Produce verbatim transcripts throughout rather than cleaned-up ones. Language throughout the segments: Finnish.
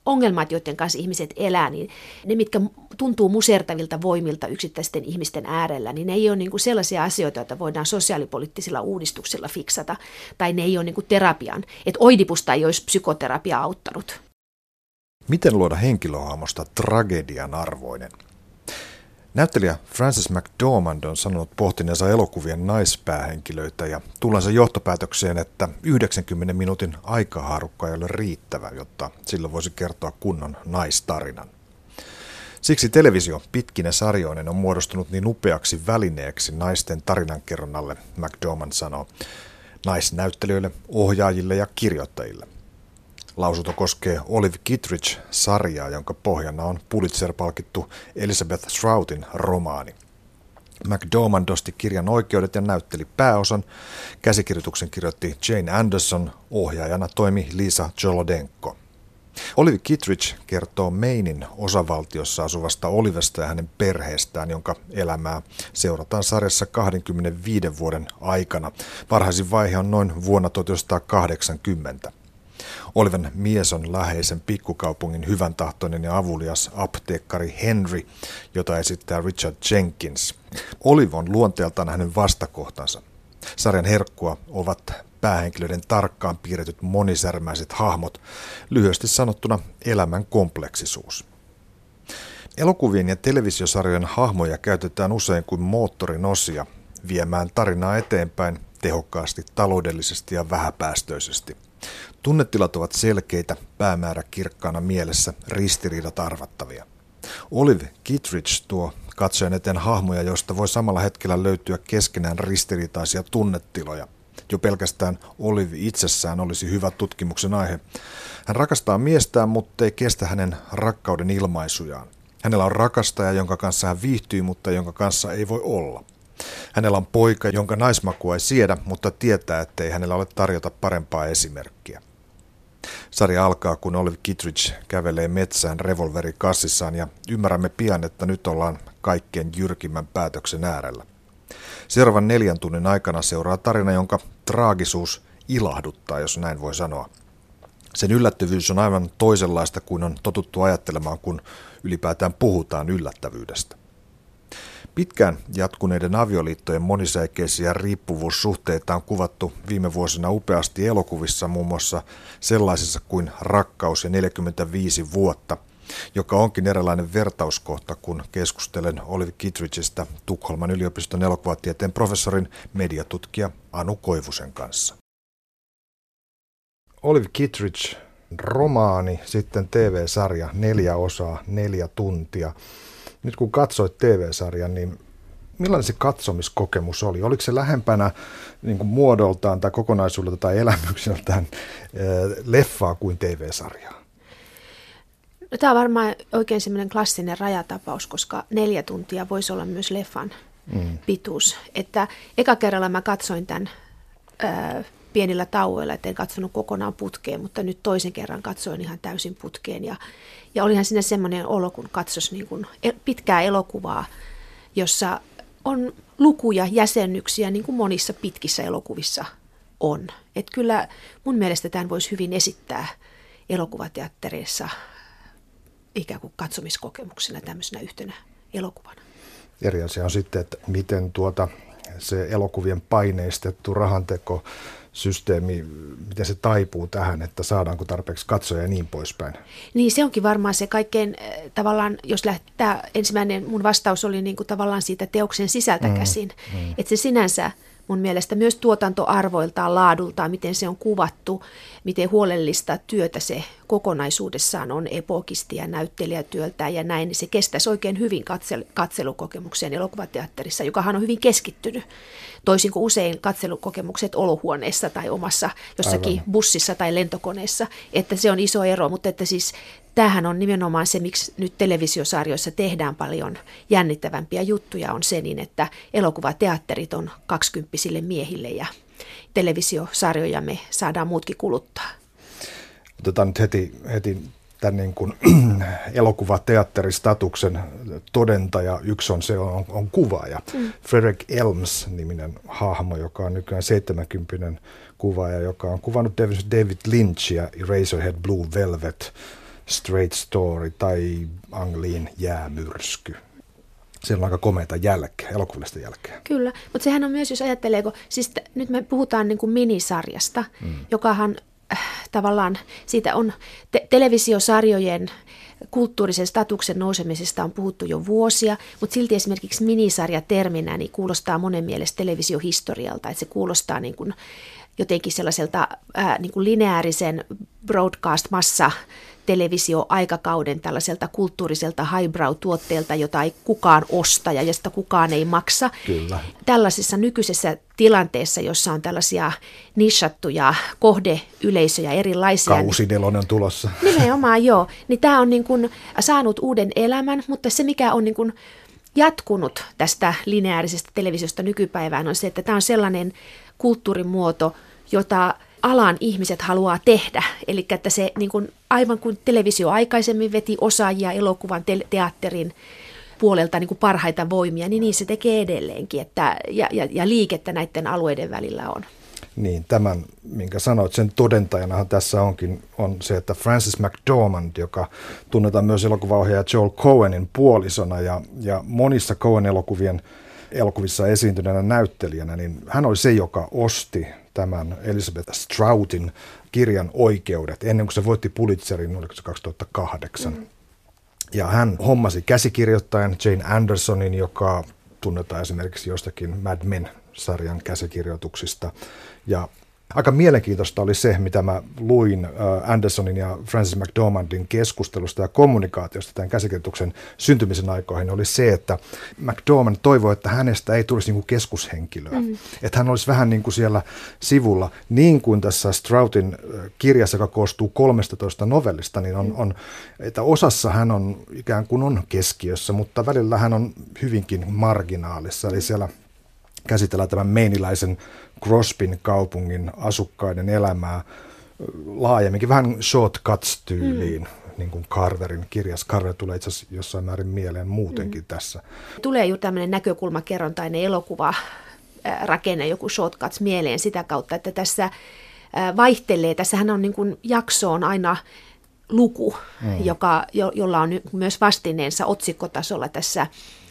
ongelmat, joiden kanssa ihmiset elää, niin ne, mitkä tuntuu musertavilta voimilta yksittäisten ihmisten äärellä, niin ne ei ole niin kuin sellaisia asioita, joita voidaan sosiaalipoliittisilla uudistuksilla fiksata, tai ne ei ole niin kuin terapian. Että Oidipusta ei olisi psykoterapia auttanut. Miten luoda henkilöhahmosta tragedian arvoinen? Näyttelijä Frances McDormand on sanonut pohtineensa elokuvien naispäähenkilöitä ja tullansa johtopäätökseen, että yhdeksänkymmenen minuutin aikahaarukka ei ole riittävä, jotta sillä voisi kertoa kunnon naistarinan. Siksi televisio pitkine sarjoinen on muodostunut niin upeaksi välineeksi naisten tarinankerronnalle, McDormand sanoo, naisnäyttelijöille, ohjaajille ja kirjoittajille. Lausunto koskee Olive Kitteridge-sarjaa, jonka pohjana on Pulitzer-palkittu Elizabeth Stroutin romaani. McDormand osti kirjan oikeudet ja näytteli pääosan. Käsikirjoituksen kirjoitti Jane Anderson, ohjaajana toimi Lisa Jolodenko. Olive Kitteridge kertoo Mainin osavaltiossa asuvasta Olivesta ja hänen perheestään, jonka elämää seurataan sarjassa kaksikymmentäviisi vuoden aikana. Varhaisin vaihe on noin vuonna tuhatyhdeksänsataakahdeksankymmentä. Oliven mies on läheisen pikkukaupungin hyväntahtoinen ja avulias apteekkari Henry, jota esittää Richard Jenkins. Olive on luonteeltaan hänen vastakohtansa. Sarjan herkkua ovat päähenkilöiden tarkkaan piirretyt monisärmäiset hahmot, lyhyesti sanottuna elämän kompleksisuus. Elokuvien ja televisiosarjojen hahmoja käytetään usein kuin moottorin osia viemään tarinaa eteenpäin tehokkaasti, taloudellisesti ja vähäpäästöisesti. Tunnetilat ovat selkeitä, päämäärä kirkkaana mielessä, ristiriidat arvattavia. Olive Kitteridge tuo katsojan eteen hahmoja, joista voi samalla hetkellä löytyä keskenään ristiriitaisia tunnetiloja. Jo pelkästään Olive itsessään olisi hyvä tutkimuksen aihe. Hän rakastaa miestään, mutta ei kestä hänen rakkauden ilmaisujaan. Hänellä on rakastaja, jonka kanssa hän viihtyy, mutta jonka kanssa ei voi olla. Hänellä on poika, jonka naismakua ei siedä, mutta tietää, ettei hänellä ole tarjota parempaa esimerkkiä. Sarja alkaa, kun Olive Kitteridge kävelee metsään revolveri kassissaan ja ymmärrämme pian, että nyt ollaan kaikkein jyrkimmän päätöksen äärellä. Seuraavan neljän tunnin aikana seuraa tarina, jonka traagisuus ilahduttaa, jos näin voi sanoa. Sen yllättävyys on aivan toisenlaista kuin on totuttu ajattelemaan, kun ylipäätään puhutaan yllättävyydestä. Pitkään jatkuneiden avioliittojen monisäikeisiä riippuvuussuhteita on kuvattu viime vuosina upeasti elokuvissa, muun muassa sellaisissa kuin Rakkaus ja neljäkymmentäviisi vuotta, joka onkin eräänlainen vertauskohta, kun keskustelen Olive Kitteridgeistä Tukholman yliopiston elokuvatieteen professorin mediatutkija Anu Koivusen kanssa. Olive Kitteridge, romaani, sitten T V-sarja, neljä osaa, neljä tuntia. Nyt kun katsoit T V-sarjan, niin millainen se katsomiskokemus oli? Oliko se lähempänä niin kuin muodoltaan tai kokonaisuudelta tai elämykseltään leffaa kuin T V-sarjaa? No, tämä on varmaan oikein semmoinen klassinen rajatapaus, koska neljä tuntia voisi olla myös leffan mm. pituus. Että eka kerralla mä katsoin tämän ää, pienillä tauoilla, et en katsonut kokonaan putkeen, mutta nyt toisen kerran katsoin ihan täysin putkeen. Ja, ja olihan siinä semmoinen olo, kun katsoisi niin kuin pitkää elokuvaa, jossa on lukuja, jäsennyksiä, niin kuin monissa pitkissä elokuvissa on. Että kyllä mun mielestä tämän voisi hyvin esittää elokuvateatterissa ikään kuin katsomiskokemuksena tämmöisenä yhtenä elokuvana. Eri asia on sitten, että miten tuota, se elokuvien paineistettu rahantekosysteemi, miten se taipuu tähän, että saadaanko tarpeeksi katsoja ja niin poispäin. Niin se onkin varmaan se kaikkein tavallaan, jos lähtee, ensimmäinen mun vastaus oli niin kuin tavallaan siitä teoksen sisältä käsin, mm, mm. että se sinänsä mun mielestä myös tuotantoarvoiltaan, laadultaan, miten se on kuvattu, miten huolellista työtä se kokonaisuudessaan on epokistia näyttelijätyöltään ja näin, niin se kestäisi oikein hyvin katsel- katselukokemukseen elokuvateatterissa, jokahan on hyvin keskittynyt. Toisin kuin usein katselukokemukset olohuoneessa tai omassa jossakin Aivan. bussissa tai lentokoneessa, että se on iso ero, mutta että siis tämähän on nimenomaan se, miksi nyt televisiosarjoissa tehdään paljon jännittävämpiä juttuja, on se niin, että elokuvateatterit on kaksikymppisille miehille ja televisiosarjoja me saadaan muutkin kuluttaa. Otetaan nyt heti, heti tämän niin kuin elokuvateatteristatuksen todentaja. Yksi on se on, on kuvaaja. Mm. Frederick Elms-niminen hahmo, joka on nykyään seitsemänkymppinen kuvaaja, joka on kuvannut David Lynchia, Eraserhead, Blue Velvet, Straight Story tai Ang Leein Jäämyrsky. Siellä on aika komeita jälkeä, elokuvallista jälkeä. Kyllä, mutta sehän on myös, jos ajattelee, kun, siis t- nyt me puhutaan niin kuin minisarjasta, mm. jokahan äh, tavallaan siitä on te- televisiosarjojen kulttuurisen statuksen nousemisesta on puhuttu jo vuosia, mutta silti esimerkiksi minisarja terminä niin kuulostaa monen mielestä televisiohistorialta, että se kuulostaa niin kuin jotenkin sellaiselta ää, niin kuin lineaarisen broadcast-massa televisio-aikakauden tällaiselta kulttuuriselta highbrow-tuotteelta, jota ei kukaan osta ja josta kukaan ei maksa. Kyllä. Tällaisessa nykyisessä tilanteessa, jossa on tällaisia nishattuja kohdeyleisöjä erilaisia. Kausinelonen tulossa. Nimenomaan joo. Niin tämä on niin kuin saanut uuden elämän, mutta se mikä on niin kuin jatkunut tästä lineaarisesta televisiosta nykypäivään on se, että tämä on sellainen kulttuurimuoto, jota alan ihmiset haluaa tehdä. Eli että se niin kuin, aivan kuin televisio aikaisemmin veti osaajia elokuvan, te- teatterin puolelta niin kuin parhaita voimia, niin niin se tekee edelleenkin. Että, ja, ja, ja liikettä näiden alueiden välillä on. Niin, tämän, minkä sanoit, sen todentajanahan tässä onkin, on se, että Frances McDormand, joka tunnetaan myös elokuvaohjaaja Joel Coenin puolisona ja, ja monissa Coen-elokuvien elokuvissa esiintyneenä näyttelijänä, niin hän oli se, joka osti tämän Elizabeth Stroutin kirjan oikeudet ennen kuin se voitti Pulitzerin, oliko se kaksituhattakahdeksan. Mm. Ja hän hommasi käsikirjoittajan Jane Andersonin, joka tunnetaan esimerkiksi jostakin Mad Men-sarjan käsikirjoituksista. Ja aika mielenkiintoista oli se, mitä mä luin Andersonin ja Frances McDormandin keskustelusta ja kommunikaatiosta tämän käsikirjoituksen syntymisen aikoihin, oli se, että McDormand toivoi, että hänestä ei tulisi niin kuin keskushenkilöä. Mm. Että hän olisi vähän niin kuin siellä sivulla, niin kuin tässä Stroutin kirjassa, joka koostuu kolmestatoista novellista, niin on, on, että osassa hän on ikään kuin on keskiössä, mutta välillä hän on hyvinkin marginaalissa, eli siellä käsitellään tämän meiniläisen Crosbyn kaupungin asukkaiden elämää laajemminkin, vähän shortcuts-tyyliin, mm. niin kuin Carverin kirjassa. Carver tulee itse asiassa jossain määrin mieleen muutenkin mm. tässä. Tulee juuri tämmöinen näkökulmakerrontainen elokuva rakenne, joku shortcuts mieleen sitä kautta, että tässä vaihtelee. Tässähän on niin kuin jaksoon aina luku, mm. joka, jo, jolla on myös vastineensa otsikkotasolla tässä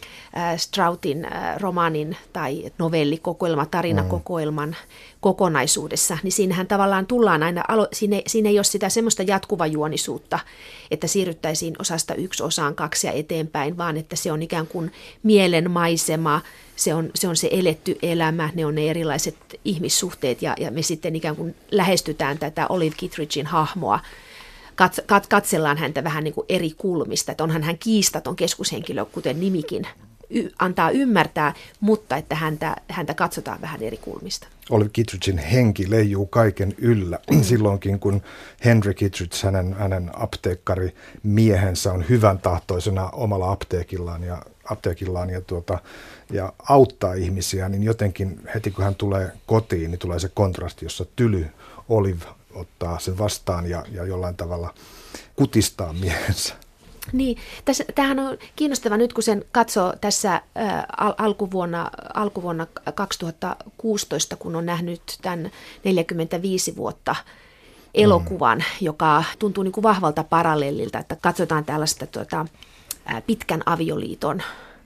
Stroutin romaanin tai novellikokoelma, tarinakokoelman kokonaisuudessa, niin siinähän tavallaan tullaan aina, siinä, siinä ei ole sitä semmoista jatkuvajuonisuutta, että siirryttäisiin osasta yksi osaan kaksi ja eteenpäin, vaan että se on ikään kuin mielenmaisema, se on se, on se eletty elämä, ne on ne erilaiset ihmissuhteet ja, ja me sitten ikään kuin lähestytään tätä Olive Kittredgen hahmoa, Kat, kat, katsellaan häntä vähän niin kuin eri kulmista, että onhan hän kiistaton keskushenkilö, kuten nimikin y, antaa ymmärtää, mutta että häntä, häntä katsotaan vähän eri kulmista. Olive Kittredgen henki leijuu kaiken yllä silloinkin, kun Henry Kittredge, hänen, hänen apteekkarimiehensä, on hyvän tahtoisena omalla apteekillaan ja, apteekillaan ja, tuota, ja auttaa ihmisiä, niin jotenkin heti kun hän tulee kotiin, niin tulee se kontrasti, jossa tyly Olive ottaa sen vastaan ja, ja jollain tavalla kutistaa miehensä. Niin, tässä, tämähän on kiinnostava nyt, kun sen katsoo tässä ä, al- alkuvuonna, alkuvuonna kaksituhattakuusitoista, kun on nähnyt tämän neljäkymmentäviisi vuotta elokuvan, mm. joka tuntuu niin kuin vahvalta parallelilta, että katsotaan tällaista tuota, ä, pitkän avioliiton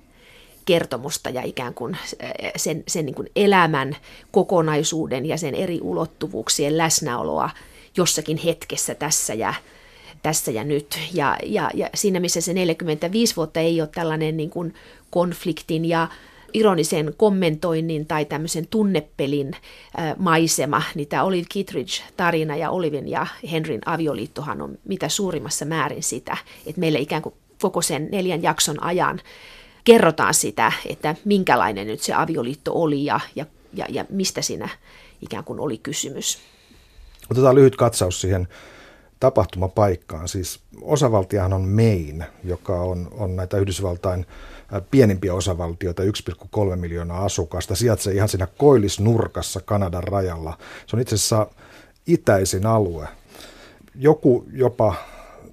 kertomusta ja ikään kuin sen, sen niin kuin elämän kokonaisuuden ja sen eri ulottuvuuksien läsnäoloa jossakin hetkessä tässä ja, tässä ja nyt. Ja, ja, ja siinä, missä se neljäkymmentäviisi vuotta ei ole tällainen niin kuin konfliktin ja ironisen kommentoinnin tai tämmöisen tunnepelin äh, maisema, niin tämä Olive Kittredge-tarina ja Oliven ja Henryn avioliittohan on mitä suurimmassa määrin sitä, että meillä ikään kuin koko sen neljän jakson ajan kerrotaan sitä, että minkälainen nyt se avioliitto oli ja, ja, ja, ja mistä siinä ikään kuin oli kysymys. Otetaan lyhyt katsaus siihen tapahtumapaikkaan. Siis osavaltiahan on Maine, joka on, on näitä Yhdysvaltain pienimpiä osavaltioita, yksi pilkku kolme miljoonaa asukasta. Sijaitsee ihan siinä koillisnurkassa Kanadan rajalla. Se on itse asiassa itäisin alue. Joku jopa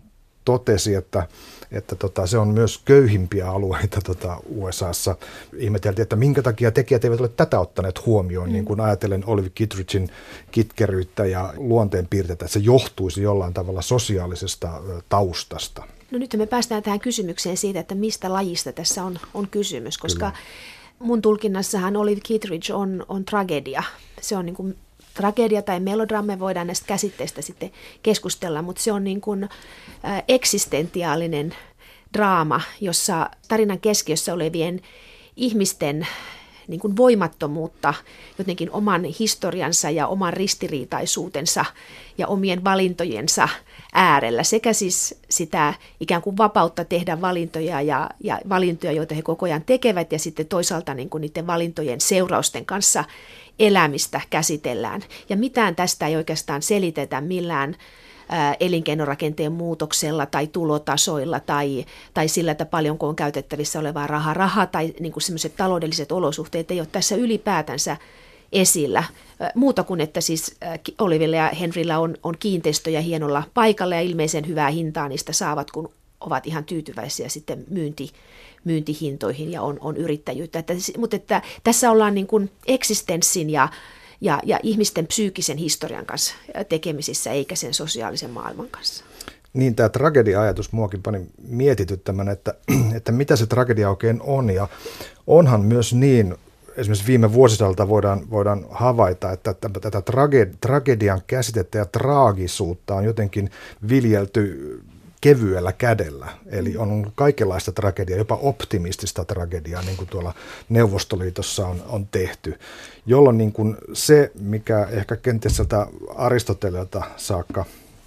totesi, että, että tota, se on myös köyhimpiä alueita tota, U S A:ssa. Ihmeteltiin, että minkä takia tekijät eivät ole tätä ottaneet huomioon, mm. niin kuin ajatellen Olive Kitteridgen kitkeryyttä ja luonteenpiirteitä, että se johtuisi jollain tavalla sosiaalisesta taustasta. No nyt me päästään tähän kysymykseen siitä, että mistä lajista tässä on, on kysymys, koska Kyllä. mun tulkinnassahan Olive Kitteridge on, on tragedia. Se on niin kuin tragedia tai melodrama, voidaan näistä käsitteistä sitten keskustella, mutta se on niin kuin äh, eksistentiaalinen draama, jossa tarinan keskiössä olevien ihmisten niin kuin voimattomuutta jotenkin oman historiansa ja oman ristiriitaisuutensa ja omien valintojensa äärellä, sekä siis sitä ikään kuin vapautta tehdä valintoja ja, ja valintoja, joita he koko ajan tekevät, ja sitten toisaalta niin kuin niiden valintojen seurausten kanssa elämistä käsitellään. Ja mitään tästä ei oikeastaan selitetä millään ää, elinkeinorakenteen muutoksella tai tulotasoilla tai, tai sillä, että paljonko on käytettävissä olevaa rahaa. Raha tai niin kuin sellaiset taloudelliset olosuhteet ei ole tässä ylipäätänsä esillä. Muuta kuin, että siis Olivella ja Henryllä on, on kiinteistöjä hienolla paikalla ja ilmeisen hyvää hintaa niistä saavat, kun ovat ihan tyytyväisiä sitten myynti, myyntihintoihin ja on, on yrittäjyyttä. Että, mutta että tässä ollaan niin kuin eksistenssin ja, ja, ja ihmisten psyykkisen historian kanssa tekemisissä, eikä sen sosiaalisen maailman kanssa. Niin, tämä tragedia-ajatus muakin pani mietityttämään, että, että mitä se tragedia oikein on, ja onhan myös niin, esimerkiksi viime vuosisadalta voidaan, voidaan havaita, että tätä tragedian käsitettä ja traagisuutta on jotenkin viljelty kevyellä kädellä. Eli on ollut kaikenlaista tragediaa, jopa optimistista tragediaa, niin kuin tuolla Neuvostoliitossa on, on tehty, jolloin niin kuin se, mikä ehkä kenties sieltä Aristoteleelta saakka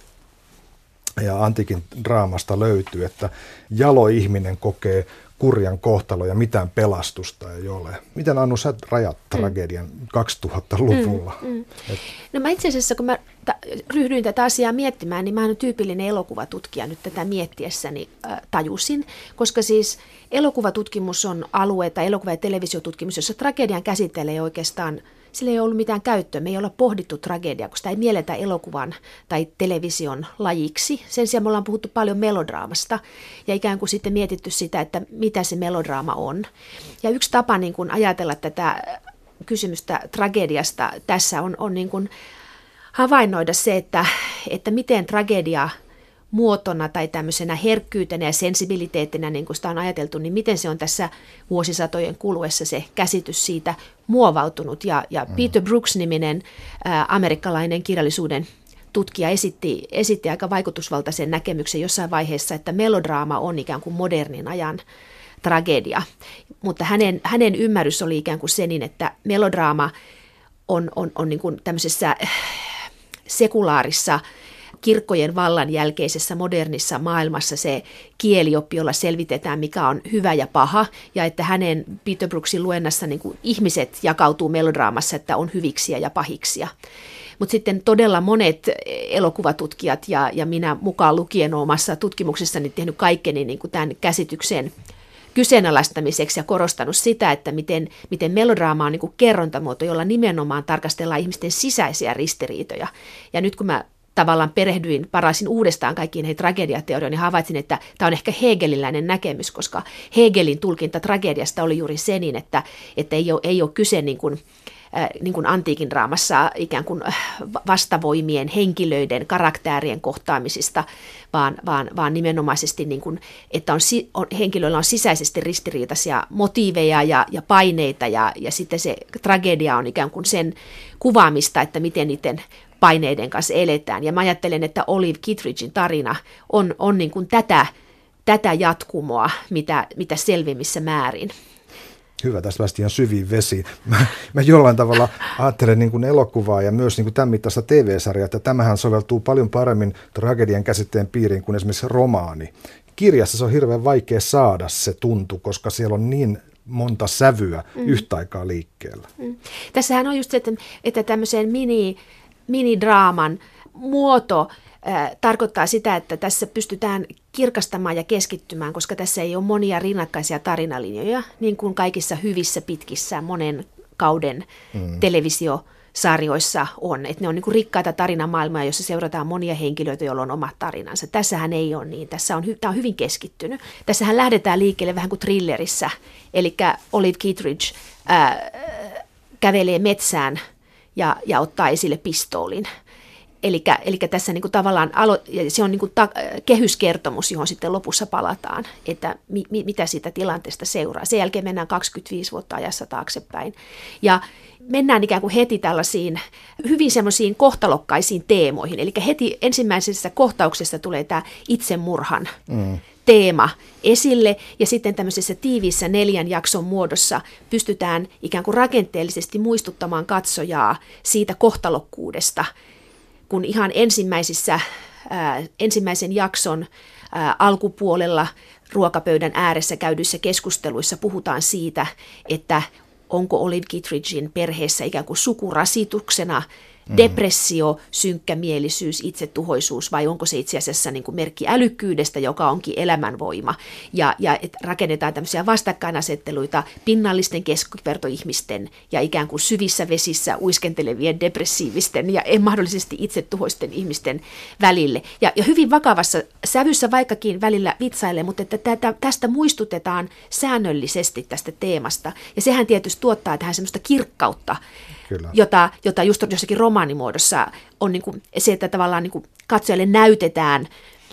ja antiikin draamasta löytyy, että jalo ihminen kokee kurjan kohtalo ja mitään pelastusta ei ole. Miten, Annu, sä rajat tragedian mm. kaksituhattaluvulla? Mm, mm. Et... No mä itse asiassa, kun mä ta- ryhdyin tätä asiaa miettimään, niin mä olen tyypillinen elokuvatutkija nyt tätä miettiessäni äh, tajusin, koska siis elokuvatutkimus on alue tai elokuva- ja televisiotutkimus, jossa tragedian käsittelee oikeastaan, sillä ei ollut mitään käyttöä. Me ei olla pohdittu tragediaa, koska sitä ei mielletä elokuvan tai television lajiksi. Sen sijaan me ollaan puhuttu paljon melodraamasta ja ikään kuin sitten mietitty sitä, että mitä se melodraama on. Ja yksi tapa niin kuin ajatella tätä kysymystä tragediasta tässä on, on niin kuin havainnoida se, että, että miten tragedia muotona tai tämmöisenä herkkyytenä ja sensibiliteettinä, niin kuin sitä on ajateltu, niin miten se on tässä vuosisatojen kuluessa se käsitys siitä muovautunut. Ja, ja mm. Peter Brooks-niminen ää, amerikkalainen kirjallisuuden tutkija esitti, esitti aika vaikutusvaltaisen näkemyksen jossain vaiheessa, että melodraama on ikään kuin modernin ajan tragedia. Mutta hänen, hänen ymmärrys oli ikään kuin se, niin, että melodraama on, on, on niin kuin tämmöisessä sekulaarissa kirkkojen vallan jälkeisessä modernissa maailmassa se kielioppi, jolla selvitetään, mikä on hyvä ja paha, ja että hänen Peter Brooksin luennassa niin kuin ihmiset jakautuu melodraamassa, että on hyviksiä ja pahiksia. Mutta sitten todella monet elokuvatutkijat ja, ja minä mukaan lukien omassa tutkimuksessani tehnyt kaikkeni niin kuin tämän käsityksen kyseenalaistamiseksi ja korostanut sitä, että miten, miten melodraama on niin kuin kerrontamuoto, jolla nimenomaan tarkastellaan ihmisten sisäisiä ristiriitoja. Ja nyt kun mä tavallaan perehdyin, parasin uudestaan kaikkiin näihin tragediateorioihin, niin havaitsin, että tämä on ehkä hegeliläinen näkemys, koska Hegelin tulkinta tragediasta oli juuri se, niin että, että ei, ole, ei ole kyse niin kuin, äh, niin kuin antiikin draamassa ikään kuin vastavoimien, henkilöiden, karaktäärien kohtaamisista, vaan, vaan, vaan nimenomaisesti, niin kuin, että on, on, henkilöillä on sisäisesti ristiriitaisia motiiveja ja, ja paineita, ja, ja sitten se tragedia on ikään kuin sen kuvaamista, että miten niiden paineiden kanssa eletään. Ja mä ajattelen, että Olive Kitteridgen tarina on, on niin kuin tätä, tätä jatkumoa, mitä, mitä selvimmissä määrin. Hyvä, tästä päästiin ihan syviin vesiin. Mä, mä jollain tavalla ajattelen niin kuin elokuvaa ja myös niin kuin tämän mittaista T V-sarjaa, että tämähän soveltuu paljon paremmin tragedian käsitteen piiriin kuin esimerkiksi romaani. Kirjassa se on hirveän vaikea saada se tuntu, koska siellä on niin monta sävyä mm. yhtä aikaa liikkeellä. Mm. Tässähän on just se, että, että tämmöiseen mini minidraaman muoto äh, tarkoittaa sitä, että tässä pystytään kirkastamaan ja keskittymään, koska tässä ei ole monia rinnakkaisia tarinalinjoja, niin kuin kaikissa hyvissä pitkissä monen kauden mm. televisio sarjoissa on, että ne on niin kuin rikkaita tarinamaailmoja, joissa seurataan monia henkilöitä, joilla on omat tarinansa. Tässähän ei ole niin, tässä on, tämä on hyvin keskittynyt. Tässähän lähdetään liikkeelle vähän kuin thrillerissä, eli Olive Kitteridge ää, kävelee metsään ja, ja ottaa esille pistoolin. Eli, eli tässä niin kuin tavallaan alo, se on niin kuin ta, kehyskertomus, johon sitten lopussa palataan, että mi, mitä siitä tilanteesta seuraa. Sen jälkeen mennään kaksikymmentäviisi vuotta ajassa taaksepäin. Ja mennään ikään kuin heti tällaisiin hyvin semmoisiin kohtalokkaisiin teemoihin. Eli heti ensimmäisessä kohtauksessa tulee tämä itsemurhan mm. teema esille, ja sitten tämmöisessä tiiviissä neljän jakson muodossa pystytään ikään kuin rakenteellisesti muistuttamaan katsojaa siitä kohtalokkuudesta, kun ihan ensimmäisissä, ää, ensimmäisen jakson ää, alkupuolella ruokapöydän ääressä käydyissä keskusteluissa puhutaan siitä, että onko Olive Kitteridgein perheessä ikään kuin sukurasituksena mm. depressio, synkkämielisyys, itsetuhoisuus, vai onko se itse asiassa niin kuin merkki älykkyydestä, joka onkin elämänvoima. Ja, ja et rakennetaan tämmöisiä vastakkainasetteluita pinnallisten keskivertoihmisten ja ikään kuin syvissä vesissä uiskentelevien depressiivisten ja mahdollisesti itsetuhoisten ihmisten välille. Ja, ja hyvin vakavassa sävyssä vaikkakin välillä vitsailee, mutta että tätä, tästä muistutetaan säännöllisesti tästä teemasta. Ja sehän tietysti tuottaa tähän semmoista kirkkautta, Kyllä. Jota, jota just jossakin romaanimuodossa on niin kuin se, että tavallaan niin kuin katsojalle näytetään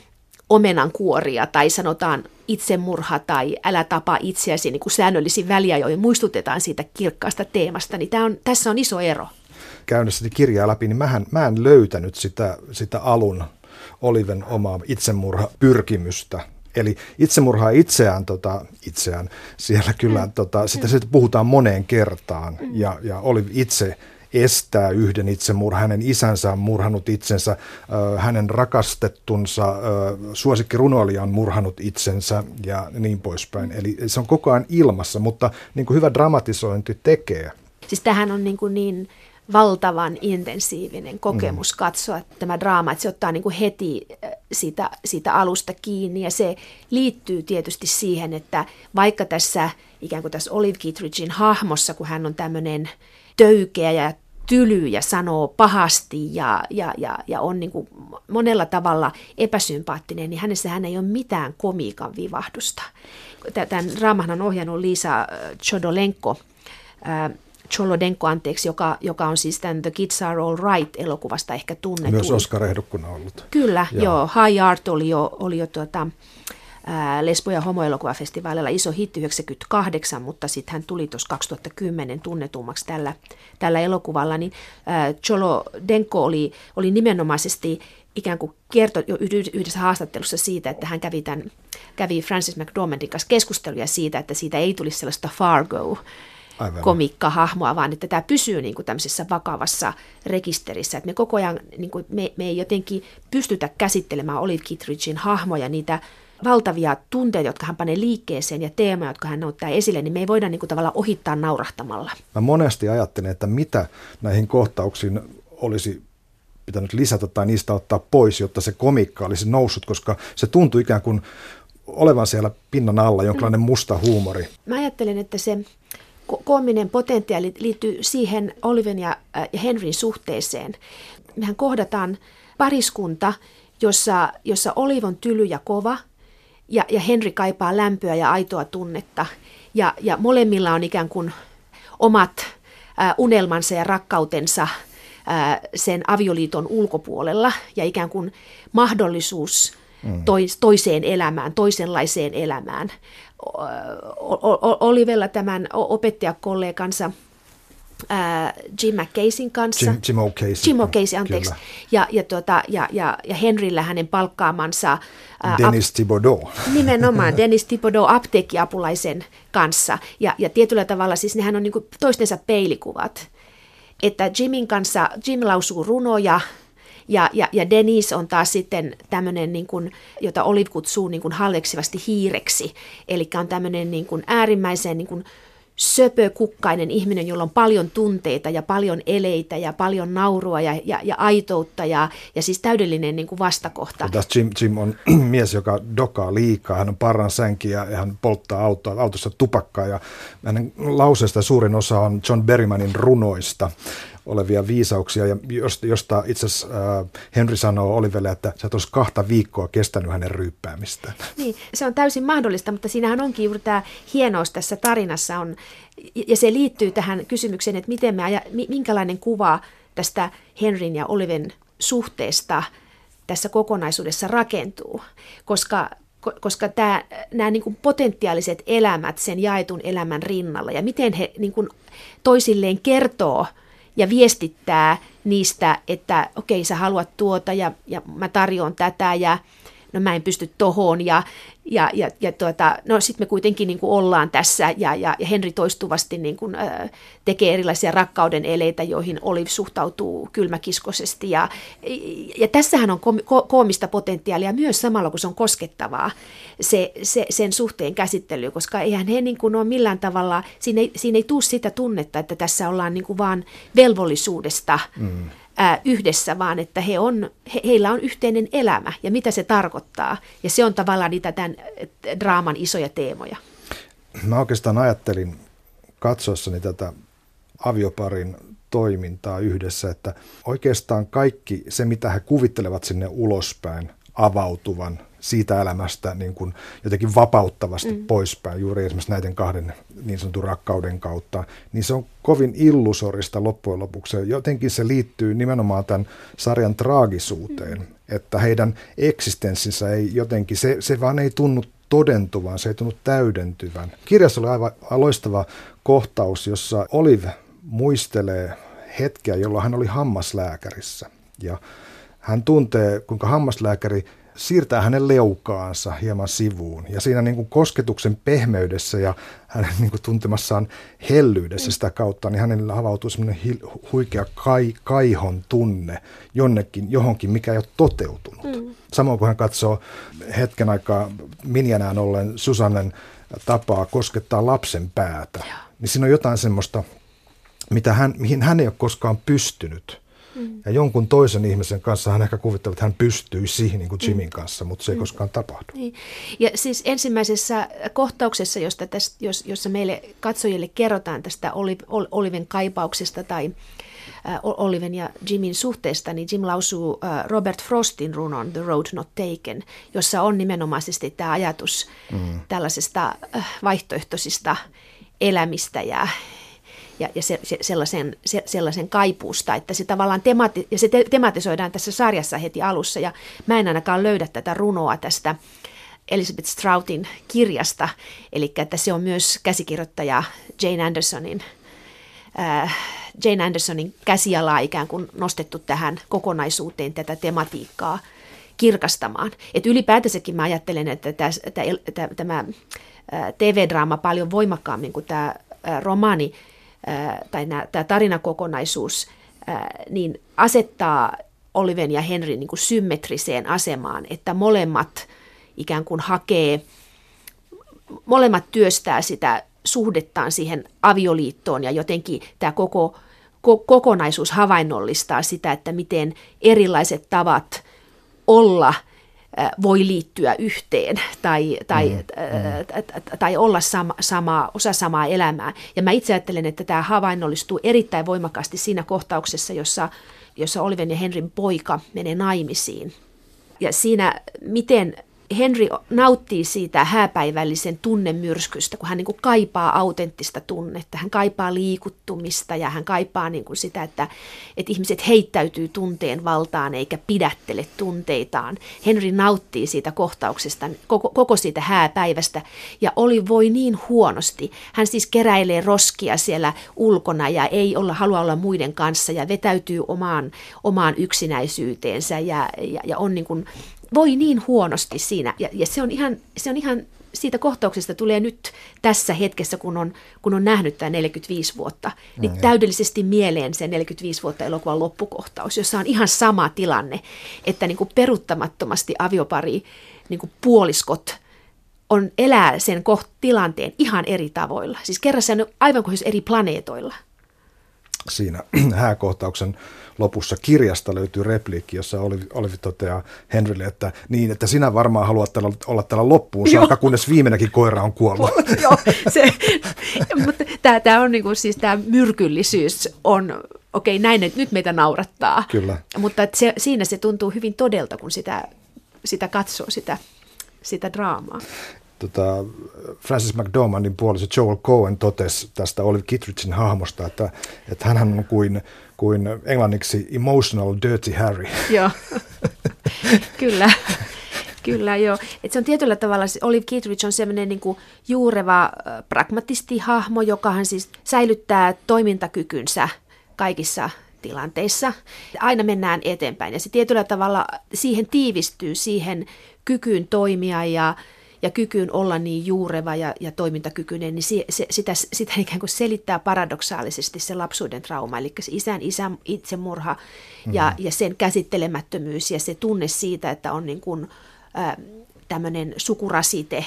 omenankuoria tai sanotaan itsemurha tai älä tapa itseäsi niin kuin säännöllisin väliajoin, muistutetaan siitä kirkkaasta teemasta, niin tämä on, tässä on iso ero. Käynnissäni kirjaa läpi, niin mähän, mä en löytänyt sitä, sitä alun Oliven omaa itsemurhapyrkimystä. Eli itsemurhaa itseään, tota, itseään siellä kyllä, mm. tota, sitä, sitä puhutaan moneen kertaan, mm. ja, ja Olive itse estää yhden itsemurhan, hänen isänsä on murhannut itsensä, äh, hänen rakastettunsa äh, suosikkirunoilija on murhannut itsensä ja niin poispäin. Eli se on koko ajan ilmassa, mutta niin kuin hyvä dramatisointi tekee. Siis tämähän on niin, kuin niin valtavan intensiivinen kokemus mm. katsoa tämä draama, että se ottaa niin kuin heti siitä, siitä alusta kiinni, ja se liittyy tietysti siihen, että vaikka tässä ikään kuin tässä Olive Kitteridgein hahmossa, kun hän on tämmöinen töykeä ja tyly ja sanoo pahasti ja, ja, ja, ja on niin kuin monella tavalla epäsympaattinen, niin hänessä hän ei ole mitään komiikan vivahdusta. Tämän draaman on ohjannut Lisa Chodolenko, Cholodenko, anteeksi, joka, joka on siis tämän The Kids Are All Right-elokuvasta ehkä tunnettu. Myös Oscar-ehdokkuna ollut. Kyllä, joo. joo. High Art oli jo, oli jo tuota, ää, Lesbo- ja homoelokuvafestivaalilla iso hitti yhdeksänkymmentäkahdeksan, mutta sitten hän tuli tuossa kaksituhattakymmenen tunnetummaksi tällä, tällä elokuvalla. Niin, ää, Cholodenko oli, oli nimenomaisesti ikään kuin kertoi jo yhdessä haastattelussa siitä, että hän kävi, tämän, kävi Frances McDormandin kanssa keskusteluja siitä, että siitä ei tulisi sellaista Fargo komiikkahahmoa, vaan että tämä pysyy niin kuin tämmöisessä vakavassa rekisterissä. Että me koko ajan, niin kuin me, me ei jotenkin pystytä käsittelemään Olive Kitteridgein hahmoja, niitä valtavia tunteita, jotka hän panee liikkeeseen ja teemoja, jotka hän ottaa esille, niin me ei voida niin kuin tavallaan ohittaa naurahtamalla. Mä monesti ajattelen, että mitä näihin kohtauksiin olisi pitänyt lisätä tai niistä ottaa pois, jotta se komiikka olisi noussut, koska se tuntui ikään kuin olevan siellä pinnan alla jonkinlainen musta huumori. Mä ajattelen, että se koominen potentiaali liittyy siihen Oliven ja, ja Henryn suhteeseen. Mehän kohdataan pariskunta, jossa, jossa Olive on tyly ja kova, ja, ja Henry kaipaa lämpöä ja aitoa tunnetta. Ja, ja molemmilla on ikään kuin omat äh, unelmansa ja rakkautensa äh, sen avioliiton ulkopuolella, ja ikään kuin mahdollisuus mm. tois, toiseen elämään, toisenlaiseen elämään. Olivella tämän opettajakollegansa ää, Jim McCasein kanssa. Jim, Jim O'Casey. Jim O'Casey, anteeksi. Ja, ja, tuota, ja, ja, ja Henryllä hänen palkkaamansa ää, Dennis ap- Thibodeau. Nimenomaan Dennis Thibodeau apteekkiapulaisen kanssa. Ja, ja tietyllä tavalla siis nehän on niin kuin toistensa peilikuvat. Että Jimin kanssa, Jim lausuu runoja, Ja, ja, ja Denise on taas sitten tämmöinen, niin kuin, jota Olive kutsuu niin kuin halveksivasti hiireksi. Eli on tämmöinen niin kuin äärimmäisen niin kuin söpökukkainen ihminen, jolla on paljon tunteita ja paljon eleitä ja paljon naurua ja, ja, ja aitoutta ja, ja siis täydellinen niin kuin vastakohta. Jim, Jim on mies, joka dokaa liikaa. Hän on parran sänki ja hän polttaa autoa, autossa tupakkaa. Ja hänen lauseesta suurin osa on John Berrymanin runoista. olevia viisauksia, ja josta itse asiassa äh, Henry sanoo Olivelle, että sä et olisi kahta viikkoa kestänyt hänen ryyppäämistään. Niin, se on täysin mahdollista, mutta siinähän onkin juuri tämä hienous tässä tarinassa on, ja se liittyy tähän kysymykseen, että miten me aja, minkälainen kuva tästä Henryn ja Oliven suhteesta tässä kokonaisuudessa rakentuu, koska koska tämä, nämä niin kuin potentiaaliset elämät sen jaetun elämän rinnalla ja miten he niin kuin toisilleen kertoo ja viestittää niistä, että okei, sä haluat tuota ja, ja mä tarjoan tätä ja no mä en pysty tohon ja, ja, ja, ja tuota, no sitten me kuitenkin niin kuin ollaan tässä ja, ja, ja Henry toistuvasti niin kuin, äh, tekee erilaisia rakkauden eleitä, joihin Olive suhtautuu kylmäkiskoisesti ja, ja tässähän on ko- koomista potentiaalia myös samalla, kun se on koskettavaa se, se, sen suhteen käsittely, koska eihän he niin kuin ole millään tavalla, siinä ei, siinä ei tule sitä tunnetta, että tässä ollaan niin kuin vaan velvollisuudesta mm. yhdessä, vaan että he on, he, heillä on yhteinen elämä ja mitä se tarkoittaa. Ja se on tavallaan niitä tämän draaman isoja teemoja. Mä oikeastaan ajattelin katsoessani tätä avioparin toimintaa yhdessä, että oikeastaan kaikki se, mitä he kuvittelevat sinne ulospäin avautuvan siitä elämästä niin kuin jotenkin vapauttavasti mm. poispäin, juuri esimerkiksi näiden kahden niin sanotun rakkauden kautta, niin se on kovin illusorista loppujen lopuksi. Jotenkin se liittyy nimenomaan tämän sarjan traagisuuteen, mm. että heidän eksistenssinsä ei jotenkin, se, se vaan ei tunnu todentuvan, se ei tunnu täydentyvän. Kirjassa oli aivan loistava kohtaus, jossa Olive muistelee hetkeä, jolloin hän oli hammaslääkärissä ja hän tuntee, kuinka hammaslääkäri siirtää hänen leukaansa hieman sivuun. Ja siinä niin kuin kosketuksen pehmeydessä ja hänen niin kuin tuntemassaan hellyydessä sitä kautta, niin hänellä havautuu semmoinen huikea kai, kaihon tunne jonnekin, johonkin, mikä ei ole toteutunut. Mm. Samoin kun hän katsoo hetken aikaa minjänään ollen Susannen tapaa koskettaa lapsen päätä, ja. niin siinä on jotain semmoista, mitä hän, mihin hän ei ole koskaan pystynyt. Mm. Ja jonkun toisen ihmisen kanssa hän ehkä kuvittelee, että hän pystyy siihen niin kuin Jimin kanssa, mutta se ei mm. koskaan tapahdu. Niin. Ja siis ensimmäisessä kohtauksessa, josta tästä, jos, jossa meille katsojille kerrotaan tästä Oliven kaipauksesta tai äh, Oliven ja Jimin suhteesta, niin Jim lausuu äh, Robert Frostin runon The Road Not Taken, jossa on nimenomaisesti tämä ajatus mm. tällaisesta äh, vaihtoehtoisista elämistä ja ja, ja se, se, sellaisen, se, sellaisen kaipuusta, että se tavallaan temati, ja se te, tematisoidaan tässä sarjassa heti alussa, ja mä en ainakaan löydä tätä runoa tästä Elizabeth Stroughtin kirjasta, eli että se on myös käsikirjoittaja Jane Andersonin, äh, Jane Andersonin käsialaa ikään kuin nostettu tähän kokonaisuuteen tätä tematiikkaa kirkastamaan. Et ylipäätänsäkin mä ajattelen, että tämä, tämä T V-draama paljon voimakkaammin kuin tämä romaani, tai tämä tarinakokonaisuus, niin asettaa Oliven ja Henryn niin kuin symmetriseen asemaan, että molemmat ikään kuin hakee, molemmat työstää sitä suhdettaan siihen avioliittoon ja jotenkin tämä koko ko- kokonaisuus havainnollistaa sitä, että miten erilaiset tavat olla voi liittyä yhteen tai, tai, mm, mm. tai olla sama, sama, osa samaa elämää. Ja mä itse ajattelen, että tämä havainnollistuu erittäin voimakkaasti siinä kohtauksessa, jossa, jossa Oliven ja Henryn poika menee naimisiin. Ja siinä, miten Henry nauttii siitä hääpäivällisen tunnemyrskystä, kun hän niin kuin kaipaa autenttista tunnetta, hän kaipaa liikuttumista ja hän kaipaa niin kuin sitä, että, että ihmiset heittäytyy tunteen valtaan eikä pidättele tunteitaan. Henry nauttii siitä kohtauksesta, koko, koko siitä hääpäivästä ja Oli voi niin huonosti. Hän siis keräilee roskia siellä ulkona ja ei olla, halua olla muiden kanssa ja vetäytyy omaan, omaan yksinäisyyteensä ja, ja, ja on niin kuin voi niin huonosti siinä, ja, ja se, on ihan, se on ihan, siitä kohtauksesta tulee nyt tässä hetkessä, kun on, kun on nähnyt tämä neljäkymmentäviisi vuotta, niin mm, täydellisesti mieleen se neljäkymmentäviisi vuotta elokuvan loppukohtaus, jossa on ihan sama tilanne, että niin kuin peruuttamattomasti aviopari, niin kuin puoliskot, on elää sen koht- tilanteen ihan eri tavoilla. Siis kerrassaan aivan kuin eri planeetoilla. Siinä hääkohtauksen lopussa kirjasta löytyy repliikki, jossa Olive, Olive toteaa Henrylle, että niin, että sinä varmaan haluat täällä, olla täällä loppuun saakka, kunnes viimeinenkin koira on kuollut. Joo, se, mutta tämä on niinku, siis tämä myrkyllisyys on, okei, näin, että nyt meitä naurattaa. Kyllä. Mutta että se, siinä se tuntuu hyvin todelta, kun sitä, sitä katsoo, sitä, sitä draamaa. Tota, Frances McDormandin puoliso Joel Cohen totesi tästä Olive Kittredgein hahmosta, että, että hänhän on kuin, kuin englanniksi emotional dirty Harry. Joo, kyllä. Kyllä, joo. Et se on tietyllä tavalla, Olive Kittredge on sellainen niin kuin juureva pragmatistihahmo, jokahan siis säilyttää toimintakykynsä kaikissa tilanteissa. Aina mennään eteenpäin ja se tietyllä tavalla siihen tiivistyy, siihen kykyyn toimia ja, ja kykyyn olla niin juureva ja, ja toimintakykyinen, niin se, se, sitä, sitä ikään kuin selittää paradoksaalisesti se lapsuuden trauma, eli se isän, isän itsemurha ja, mm. ja sen käsittelemättömyys ja se tunne siitä, että on niin kuin tämmöinen sukurasite,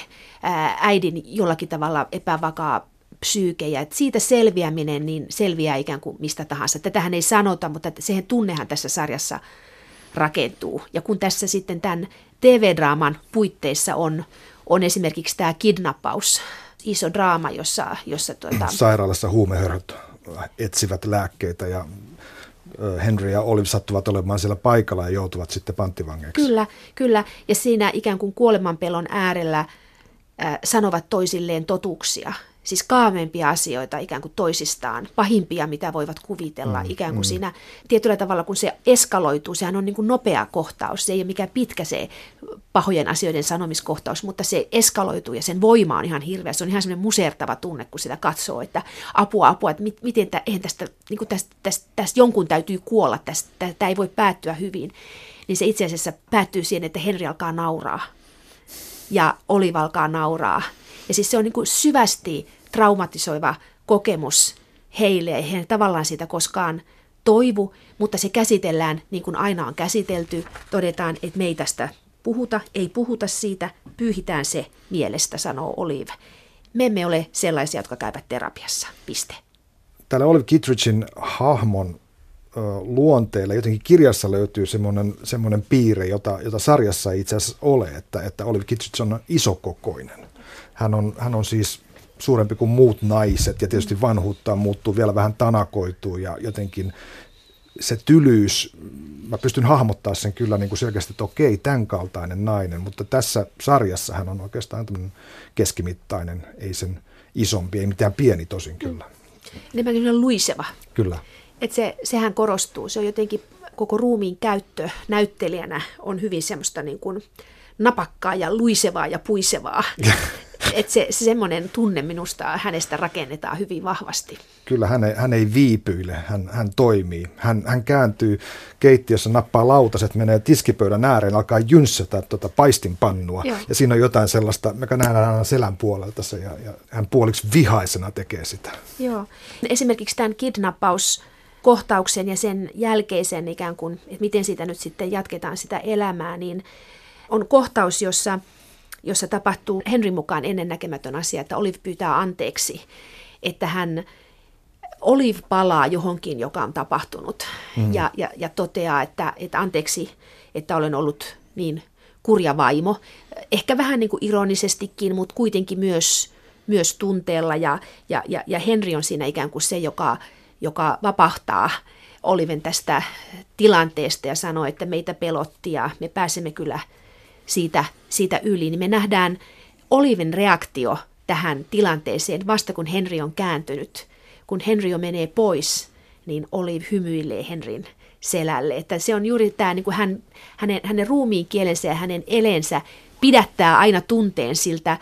äidin jollakin tavalla epävakaa psyyke, ja siitä selviäminen niin selviää ikään kuin mistä tahansa. Tätähän ei sanota, mutta siihen tunnehan tässä sarjassa rakentuu. Ja kun tässä sitten tämän T V-draaman puitteissa on, on esimerkiksi tämä kidnappaus, iso draama, jossa... jossa tuota... Sairaalassa huumehörhöt etsivät lääkkeitä ja Henry ja Olive sattuvat olemaan siellä paikalla ja joutuvat sitten panttivangeiksi. Kyllä, kyllä. Ja siinä ikään kuin kuolemanpelon äärellä äh, sanovat toisilleen totuuksia. Siis kaameimpia asioita ikään kuin toisistaan, pahimpia, mitä voivat kuvitella. Mm, ikään kuin mm. siinä tietyllä tavalla, kun se eskaloituu, sehän on niin kuin nopea kohtaus. Se ei ole mikään pitkä se pahojen asioiden sanomiskohtaus, mutta se eskaloituu ja sen voima on ihan hirveä. Se on ihan semmoinen musertava tunne, kun sitä katsoo, että apua, apua, että miten tä, eihän tästä, niin kuin tästä, tästä, tästä jonkun täytyy kuolla, tästä, tämä ei voi päättyä hyvin. Niin se itse asiassa päättyy siihen, että Henry alkaa nauraa ja Olive alkaa nauraa. Ja siis se on niin kuin syvästi traumatisoiva kokemus heille. Ei he tavallaan siitä koskaan toivu, mutta se käsitellään niin kuin aina on käsitelty. Todetaan, että me ei tästä puhuta, ei puhuta siitä, pyyhitään se mielestä, sanoo Olive. Me emme ole sellaisia, jotka käyvät terapiassa, piste. Täällä Olive Kittredgein hahmon ö, luonteelle jotenkin kirjassa löytyy semmoinen, semmoinen piirre, jota, jota sarjassa ei itse asiassa ole, että, että Olive Kittredge on isokokoinen. Hän on, hän on siis suurempi kuin muut naiset ja tietysti vanhuuttaan muuttuu vielä vähän tanakoituu ja jotenkin se tylyys, mä pystyn hahmottaa sen kyllä niin kuin selkeästi, että okei, tämän kaltainen nainen, mutta tässä sarjassa hän on oikeastaan tämmöinen keskimittainen, ei sen isompi, ei mitään pieni tosin kyllä. Enemmän luiseva. Kyllä. Että se, sehän korostuu, se on jotenkin koko ruumiin käyttö näyttelijänä on hyvin semmoista niin kuin napakkaa ja luisevaa ja puisevaa. Että se, se semmoinen tunne minusta hänestä rakennetaan hyvin vahvasti. Kyllä, hän ei, hän ei viipyile, hän, hän toimii. Hän, hän kääntyy keittiössä, nappaa lautaset, menee tiskipöydän ääreen, alkaa jynssätä tuota paistinpannua. Joo. Ja siinä on jotain sellaista, mikä nähdään aina selän puolelta se, ja, ja hän puoliksi vihaisena tekee sitä. Joo. Esimerkiksi tämän kidnappauskohtauksen ja sen jälkeisen ikään kuin, että miten siitä nyt sitten jatketaan sitä elämää, niin on kohtaus, jossa... jossa tapahtuu Henryn mukaan ennennäkemätön asia, että Olive pyytää anteeksi, että hän, Olive palaa johonkin, joka on tapahtunut mm. ja, ja, ja toteaa, että, että anteeksi, että olen ollut niin kurja vaimo. Ehkä vähän niin kuin ironisestikin, mutta kuitenkin myös, myös tunteella ja, ja, ja, ja Henry on siinä ikään kuin se, joka, joka vapahtaa Oliven tästä tilanteesta ja sanoo, että meitä pelotti ja me pääsemme kyllä Siitä, siitä yli, niin me nähdään Oliven reaktio tähän tilanteeseen vasta kun Henry on kääntynyt. Kun Henry jo menee pois, niin Olive hymyilee Henryn selälle. Että se on juuri tämä, niin kuin hän, hänen, hänen ruumiin kielensä ja hänen elensä pidättää aina tunteen siltä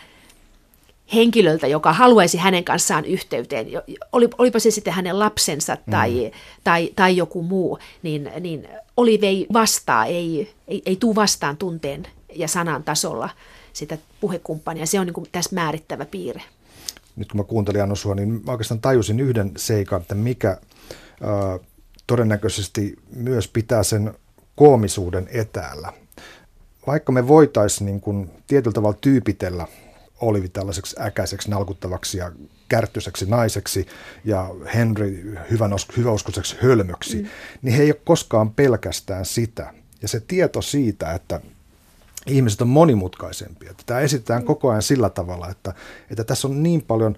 henkilöltä, joka haluaisi hänen kanssaan yhteyteen. Olipa se sitten hänen lapsensa tai, mm. tai, tai joku muu, niin, niin Olive ei vastaa, ei, ei, ei tule vastaan tunteen ja sanan tasolla sitä puhekumppania. Se on niin kuin tässä määrittävä piirre. Nyt kun mä kuuntelin Anna sua, niin mä oikeastaan tajusin yhden seikan, että mikä äh, todennäköisesti myös pitää sen koomisuuden etäällä. Vaikka me voitaisiin niin kuin tietyllä tavalla tyypitellä Olive tällaiseksi äkäiseksi, nalkuttavaksi ja kärttyiseksi naiseksi ja Henry hyväuskoiseksi hölmöksi, mm. niin he ei ole koskaan pelkästään sitä. Ja se tieto siitä, että ihmiset on monimutkaisempia. Tämä esitetään koko ajan sillä tavalla, että, että tässä on niin paljon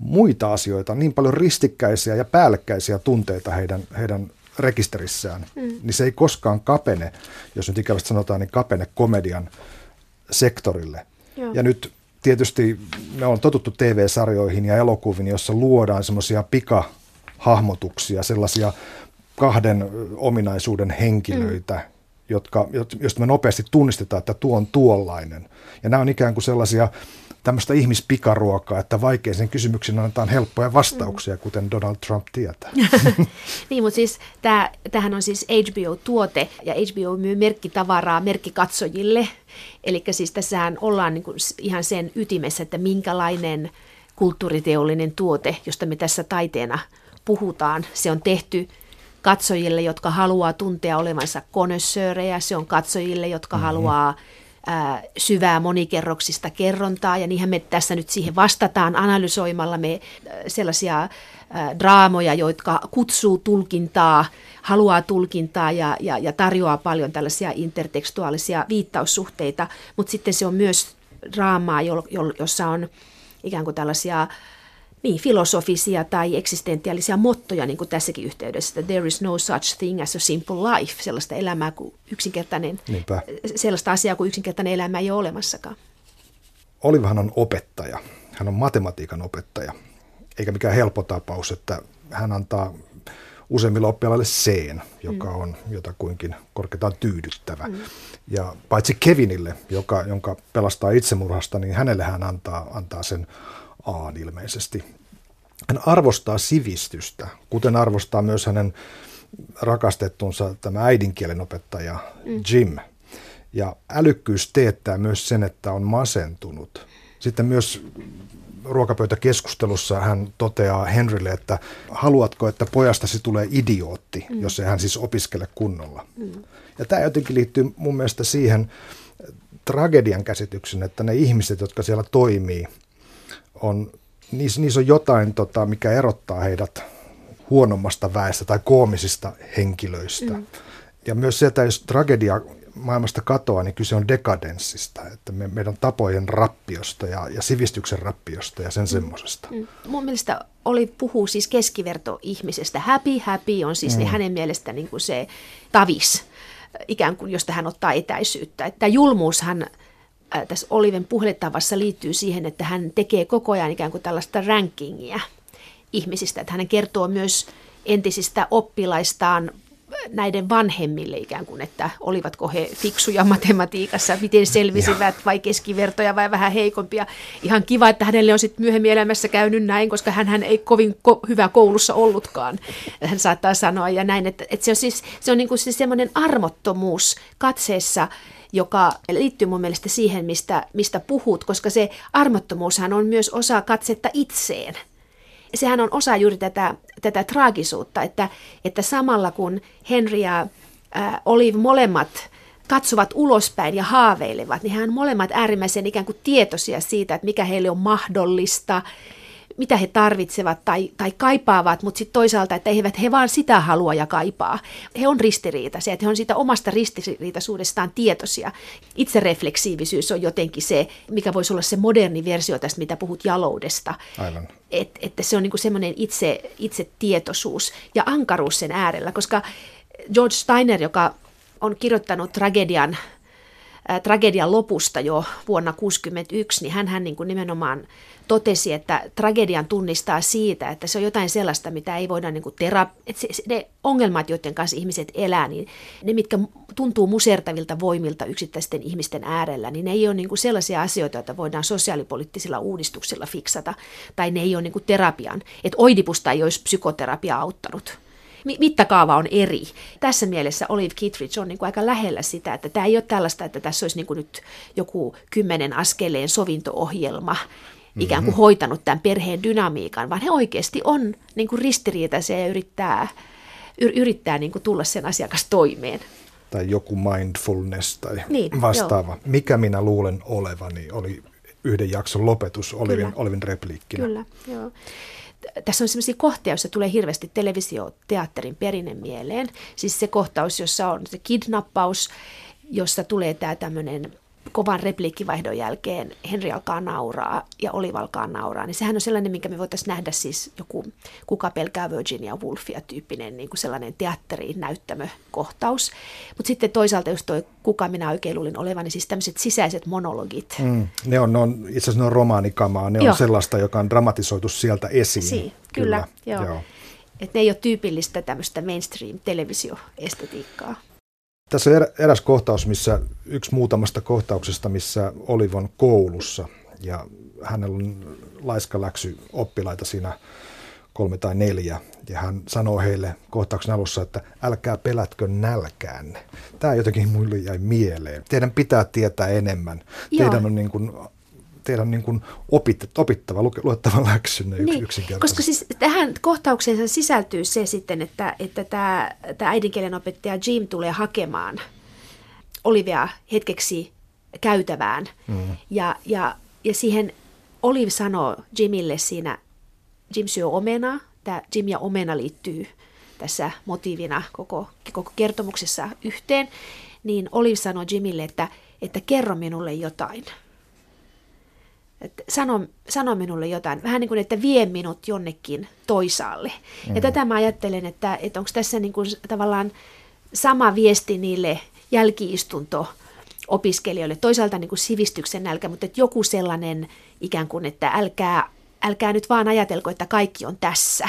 muita asioita, niin paljon ristikkäisiä ja päällekkäisiä tunteita heidän, heidän rekisterissään, mm. niin se ei koskaan kapene, jos nyt ikävästi sanotaan, niin kapene komedian sektorille. Joo. Ja nyt tietysti me on totuttu T V-sarjoihin ja elokuviin, jossa luodaan semmoisia pikahahmotuksia, sellaisia kahden ominaisuuden henkilöitä, mm. jotka, joista me nopeasti tunnistetaan, että tuo on tuollainen. Ja nämä on ikään kuin sellaisia tämmöistä ihmispikaruokaa, että vaikeisiin kysymyksiin annetaan helppoja vastauksia, mm. kuten Donald Trump tietää. Niin, mutta siis tämähän on siis H B O-tuote, ja H B O myy merkkitavaraa merkkikatsojille. Eli siis tässähän ollaan niin kuin ihan sen ytimessä, että minkälainen kulttuuriteollinen tuote, josta me tässä taiteena puhutaan, se on tehty katsojille, jotka haluaa tuntea olevansa konnoissöörejä, se on katsojille, jotka mm-hmm. haluaa ää, syvää monikerroksista kerrontaa, ja niinhän me tässä nyt siihen vastataan analysoimalla me ää, sellaisia ää, draamoja, jotka kutsuu tulkintaa, haluaa tulkintaa ja, ja, ja tarjoaa paljon tällaisia intertekstuaalisia viittaussuhteita, mutta sitten se on myös draamaa, jo, jo, jossa on ikään kuin tällaisia niin, filosofisia tai eksistentiaalisia mottoja, niin kuin tässäkin yhteydessä. There is no such thing as a simple life. Sellaista elämää kuin yksinkertainen, Niinpä. sellaista asiaa kuin yksinkertainen elämä ei ole olemassakaan. Oliverhan on opettaja. Hän on matematiikan opettaja. Eikä mikään helppo tapaus, että hän antaa useimmilla oppilaille C:n, joka mm. on jotakuinkin korkeintaan tyydyttävä. Mm. Ja paitsi Kevinille, joka, jonka pelastaa itsemurhasta, niin hänelle hän antaa, antaa sen A:n ilmeisesti. Hän arvostaa sivistystä, kuten arvostaa myös hänen rakastettunsa tämä äidinkielen opettaja mm. Jim. Ja älykkyys teettää myös sen, että on masentunut. Sitten myös ruokapöytäkeskustelussa hän toteaa Henrylle, että haluatko, että pojastasi tulee idiootti, mm. jos ei hän siis opiskele kunnolla. Mm. Ja tämä jotenkin liittyy mun mielestä siihen tragedian käsityksen, että ne ihmiset, jotka siellä toimii, on, niissä, niissä on jotain, tota, mikä erottaa heidät huonommasta väestä tai koomisista henkilöistä. Mm. Ja myös se, että jos tragedia maailmasta katoaa, niin kyse on dekadenssista, että me, meidän tapojen rappiosta ja, ja sivistyksen rappiosta ja sen mm. semmoisesta. Mm. Mun mielestä oli puhuu siis keskivertoihmisestä. Happy, happy on siis mm. niin hänen mielestä niin kuin se tavis, ikään kuin josta hän ottaa etäisyyttä. Että julmuushan tässä Oliven puheletavassa liittyy siihen, että hän tekee koko ajan ikään kuin tällaista rankingia ihmisistä. Että hän kertoo myös entisistä oppilaistaan näiden vanhemmille ikään kuin, että olivatko he fiksuja matematiikassa, miten selvisivät vai keskivertoja vai vähän heikompia. Ihan kiva, että hänelle on sitten myöhemmin elämässä käynyt näin, koska hän ei kovin ko- hyvä koulussa ollutkaan. Hän saattaa sanoa ja näin, että, että se on siis se on niin kuin se semmoinen armottomuus katseessa, joka liittyy mun mielestä siihen, mistä, mistä puhut, koska se armottomuushan on myös osa katsetta itseen. Sehän on osa juuri tätä, tätä traagisuutta, että, että samalla kun Henry ja ää, Olive molemmat katsovat ulospäin ja haaveilevat, niin hän molemmat äärimmäisen ikään kuin tietoisia siitä, että mikä heille on mahdollista, mitä he tarvitsevat tai, tai kaipaavat, mutta sitten toisaalta, että eivät he vaan sitä halua ja kaipaa. He on ristiriitaisia, että he on siitä omasta ristiriitaisuudestaan tietoisia. Itserefleksiivisyys on jotenkin se, mikä voisi olla se moderni versio tästä, mitä puhut jaloudesta. Aivan. Et, että se on niinku semmoinen itse, itsetietoisuus ja ankaruus sen äärellä, koska George Steiner, joka on kirjoittanut tragedian, äh, tragedian lopusta jo vuonna tuhatyhdeksänsataakuusikymmentäyksi, niin hän niin kuin nimenomaan totesi, että tragedian tunnistaa siitä, että se on jotain sellaista, mitä ei voida niin kuin tera- että se, ne ongelmat, joiden kanssa ihmiset elää, niin ne, mitkä tuntuu musertavilta voimilta yksittäisten ihmisten äärellä, niin ne ei ole niin kuin sellaisia asioita, joita voidaan sosiaalipoliittisilla uudistuksilla fiksata, tai ne ei ole niin kuin terapian. Että Oidipusta ei olisi psykoterapia auttanut. Mittakaava on eri. Tässä mielessä Olive Kitteridge on niin kuin aika lähellä sitä, että tämä ei ole tällaista, että tässä olisi niin kuin nyt joku kymmenen askeleen sovinto-ohjelma, ikään kuin hoitanut tämän perheen dynamiikan, vaan he oikeasti on niin kuin ristiriitaisia ja yrittää, yrittää niin kuin tulla sen asiakas toimeen. Tai joku mindfulness tai niin, vastaava. Joo. Mikä minä luulen olevani oli yhden jakson lopetus Olivin, Olivin repliikkinä. Kyllä, joo. Tässä on sellaisia kohtia, joissa tulee hirveästi televisioteatterin perinne mieleen. Siis se kohtaus, jossa on se kidnappaus, jossa tulee tämä tämmöinen kovan repliikkivaihdon jälkeen Henry alkaa nauraa ja Olive alkaa nauraa, niin sehän on sellainen, minkä me voitaisiin nähdä siis joku Kuka pelkää Virginia Woolfia -tyyppinen niin kuin sellainen teatteriin näyttämökohtaus. Mutta sitten toisaalta, jos toi Kuka minä oikein luulin olevan, niin siis tämmöiset sisäiset monologit. Mm, ne on, ne on itse asiassa ne on romaanikamaa, ne joo. on sellaista, joka on dramatisoitu sieltä esiin. Si, kyllä, kyllä, joo. joo. Että ne ei ole tyypillistä tämmöistä mainstream-televisioestetiikkaa. Tässä on eräs kohtaus, missä yksi muutamasta kohtauksesta, missä Olive on koulussa ja hänellä on laiskaläksy oppilaita siinä kolme tai neljä ja hän sanoo heille kohtauksen alussa, että älkää pelätkö nälkäänne. Tämä jotenkin mulle jäi mieleen. Teidän pitää tietää enemmän. Joo. Teidän on niin kuin teidän niin kuin opit, opittava, luettava läksynne niin, yksinkertaisesti. Koska siis tähän kohtaukseen sisältyy se sitten, että, että tämä, tämä äidinkielen opettaja Jim tulee hakemaan Olivea hetkeksi käytävään. Mm. Ja, ja, ja siihen Olive sanoo Jimille siinä, Jim syö omenaa. Tämä Jim ja omena liittyy tässä motiivina koko, koko kertomuksessa yhteen. Niin Olive sanoo Jimille, että, että kerro minulle jotain. Että sano, sano minulle jotain, vähän niin kuin, että vie minut jonnekin toisaalle. Mm. Ja tätä mä ajattelen, että, että onko tässä niin kuin tavallaan sama viesti niille jälki-istunto-opiskelijoille. Toisaalta niin kuin sivistyksen nälkä, mutta että joku sellainen ikään kuin, että älkää, älkää nyt vaan ajatelko, että kaikki on tässä.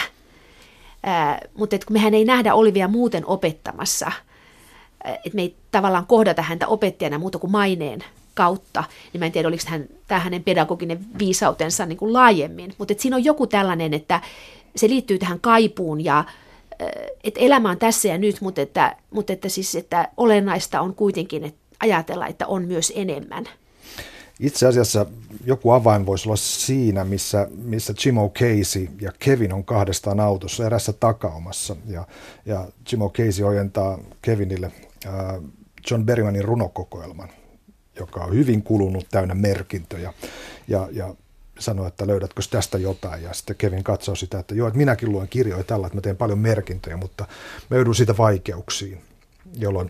Ää, mutta että kun mehän ei nähdä Olivia muuten opettamassa, että me ei tavallaan kohdata häntä opettajana muuta kuin maineen kautta, niin mä en tiedä, oliko hän, tämä hänen pedagoginen viisautensa niin kuin laajemmin, mutta siinä on joku tällainen, että se liittyy tähän kaipuun ja että elämä on tässä ja nyt, mutta että, mutta että, siis, että olennaista on kuitenkin että ajatella, että on myös enemmän. Itse asiassa joku avain voisi olla siinä, missä, missä Jim O'Casey ja Kevin on kahdestaan autossa erässä takaomassa ja, ja Jim O'Casey ojentaa Kevinille äh, John Berrymanin runokokoelman, joka on hyvin kulunut, täynnä merkintöjä, ja, ja sanoo, että löydätkö tästä jotain, ja sitten Kevin katsoo sitä, että joo, että minäkin luen kirjoja tällä, että mä teen paljon merkintöjä, mutta mä joudun siitä vaikeuksiin, jolloin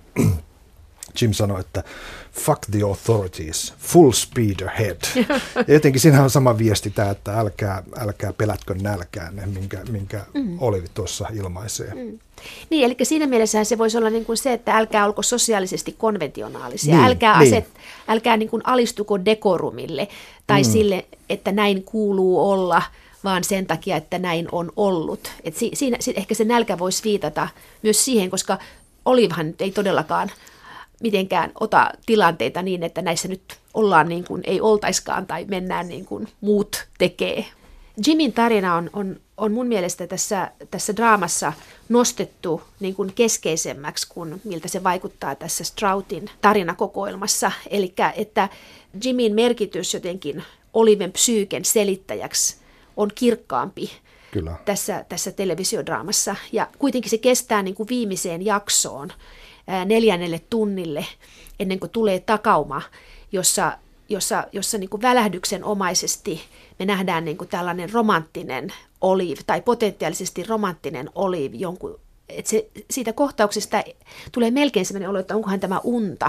Jim sanoi, että fuck the authorities, full speed ahead. Ja jotenkin siinä on sama viesti tämä, että älkää, älkää pelätkö nälkään, minkä, minkä mm. Olive tuossa ilmaisee. Mm. Niin, eli siinä mielessä se voisi olla niin kuin se, että älkää olko sosiaalisesti konventionaalisia, niin, älkää, niin. aset, älkää niin kuin alistuko dekorumille tai mm. sille, että näin kuuluu olla, vaan sen takia, että näin on ollut. Et si, siinä ehkä se nälkä voisi viitata myös siihen, koska Olivehan ei todellakaan mitenkään ota tilanteita niin, että näissä nyt ollaan niin kuin ei oltaiskaan tai mennään niin kuin muut tekee. Jimin tarina on, on, on mun mielestä tässä, tässä draamassa nostettu niin kuin keskeisemmäksi kuin miltä se vaikuttaa tässä Stroutin tarinakokoelmassa. Eli että Jimin merkitys jotenkin Oliven psyyken selittäjäksi on kirkkaampi Kyllä. Tässä, tässä televisiodraamassa. Ja kuitenkin se kestää niin kuin viimeiseen jaksoon, neljännelle tunnille, ennen kuin tulee takauma, jossa, jossa, jossa niin kuin välähdyksenomaisesti me nähdään niin kuin tällainen romanttinen Olive, tai potentiaalisesti romanttinen Olive, jonkun, että se, siitä kohtauksesta tulee melkein sellainen olo, että onkohan tämä unta.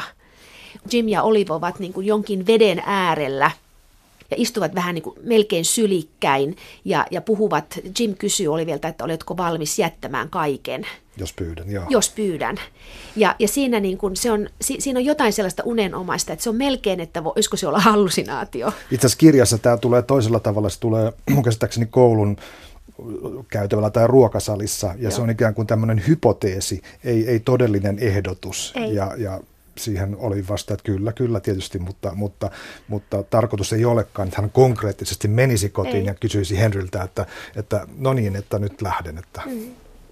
Jim ja Olive ovat niin kuin jonkin veden äärellä, ja istuvat vähän niin kuin melkein sylikkäin ja, ja puhuvat. Jim kysyy Olivelta, että oletko valmis jättämään kaiken. Jos pyydän, joo. Jos pyydän. Ja, ja siinä, niin kuin se on, si, siinä on jotain sellaista unenomaista, että se on melkein, että voisiko se olla hallusinaatio. Itse asiassa kirjassa tämä tulee toisella tavalla, se tulee mun käsittääkseni koulun käytävällä tai ruokasalissa, ja joo. Se on ikään kuin tämmöinen hypoteesi, ei, ei todellinen ehdotus. Ei. Ja, ja siihen oli vasta, että kyllä, kyllä tietysti, mutta, mutta, mutta tarkoitus ei olekaan, että hän konkreettisesti menisi kotiin ei. Ja kysyisi Henryltä, että, että no niin, että nyt lähden. Että. Mm.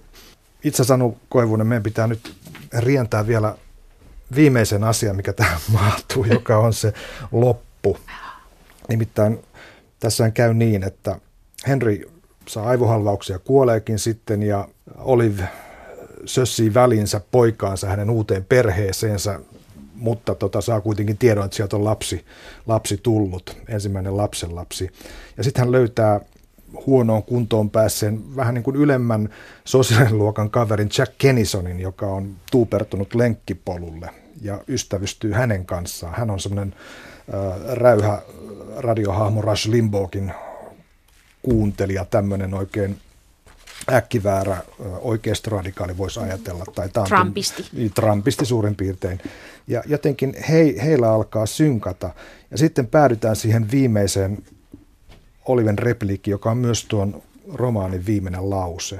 Itse Anu Koivunen, meidän pitää nyt rientää vielä viimeisen asian, mikä tähän mahtuu, joka on se loppu. Nimittäin tässä käy niin, että Henry saa aivohalvauksia, kuoleekin sitten, ja Olive sössii välinsä poikaansa hänen uuteen perheeseensä, mutta tota, saa kuitenkin tiedon, että sieltä on lapsi, lapsi tullut, ensimmäinen lapsenlapsi. Ja sitten hän löytää huonoon kuntoon päässeen vähän niin kuin ylemmän sosiaaliluokan kaverin Jack Kennisonin, joka on tuupertunut lenkkipolulle. ja ystävystyy hänen kanssaan. Hän on semmoinen äh, räyhä radiohahmo Rush Limbaugh'in kuuntelija, tämmöinen oikein äkkiväärä oikeistoradikaali voisi ajatella. Tai Trumpisti. Niin, Trumpisti suurin piirtein. Ja jotenkin he, heillä alkaa synkata. Ja sitten päädytään siihen viimeiseen Oliven repliikki, joka on myös tuon romaanin viimeinen lause.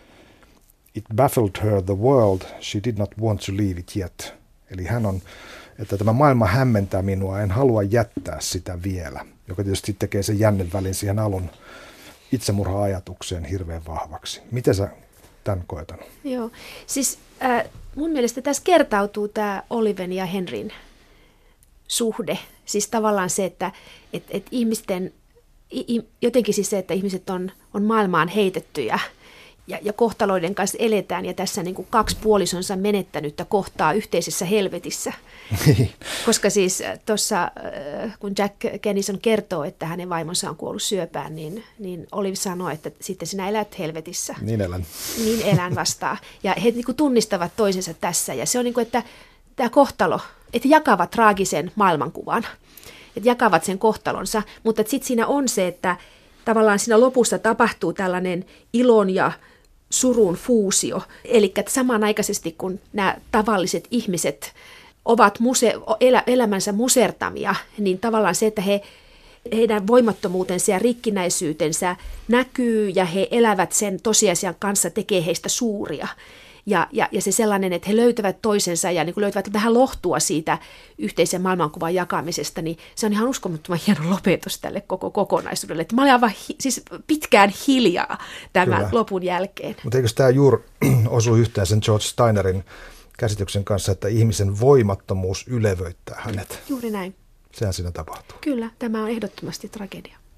It baffled her the world, she did not want to leave it yet. Eli hän on, että tämä maailma hämmentää minua, en halua jättää sitä vielä. Joka tietysti tekee sen jännen välin siihen alun itsemurha-ajatukseen hirveän vahvaksi. Miten sä tämän koetan? Joo, siis äh, mun mielestä tässä kertautuu tämä Oliven ja Henryn suhde. Siis tavallaan se, että et, et ihmisten, i, jotenkin siis se, että ihmiset on, on maailmaan heitettyjä ja, ja kohtaloiden kanssa eletään ja tässä niin kuin kaksi puolisonsa menettänyttä kohtaa yhteisessä helvetissä. Koska siis tuossa, kun Jack Kennison kertoo, että hänen vaimonsa on kuollut syöpään, niin, niin Olive sanoo, että sitten sinä elät helvetissä. Niin elän. Niin elän vastaan. Ja he niin kuin tunnistavat toisensa tässä. Ja se on niin kuin, että tämä kohtalo, että jakavat traagisen maailmankuvan, että jakavat sen kohtalonsa, mutta sitten siinä on se, että tavallaan siinä lopussa tapahtuu tällainen ilon ja surun fuusio. Eli samanaikaisesti kun nämä tavalliset ihmiset ovat muse- elä- elämänsä musertamia, niin tavallaan se, että he, heidän voimattomuutensa ja rikkinäisyytensä näkyy ja he elävät sen tosiasian kanssa, tekee heistä suuria. Ja, ja, ja se sellainen, että he löytävät toisensa ja niin kun löytävät vähän lohtua siitä yhteisen maailmankuvan jakamisesta, niin se on ihan uskomattoman hieno lopetus tälle koko kokonaisuudelle. Että mä olin aivan hi- siis pitkään hiljaa tämän Kyllä. lopun jälkeen. Mutta eikö tämä juuri osu yhteen sen George Steinerin käsityksen kanssa, että ihmisen voimattomuus ylevöittää hänet? Juuri näin. Sehän siinä tapahtuu. Kyllä, tämä on ehdottomasti tragedia.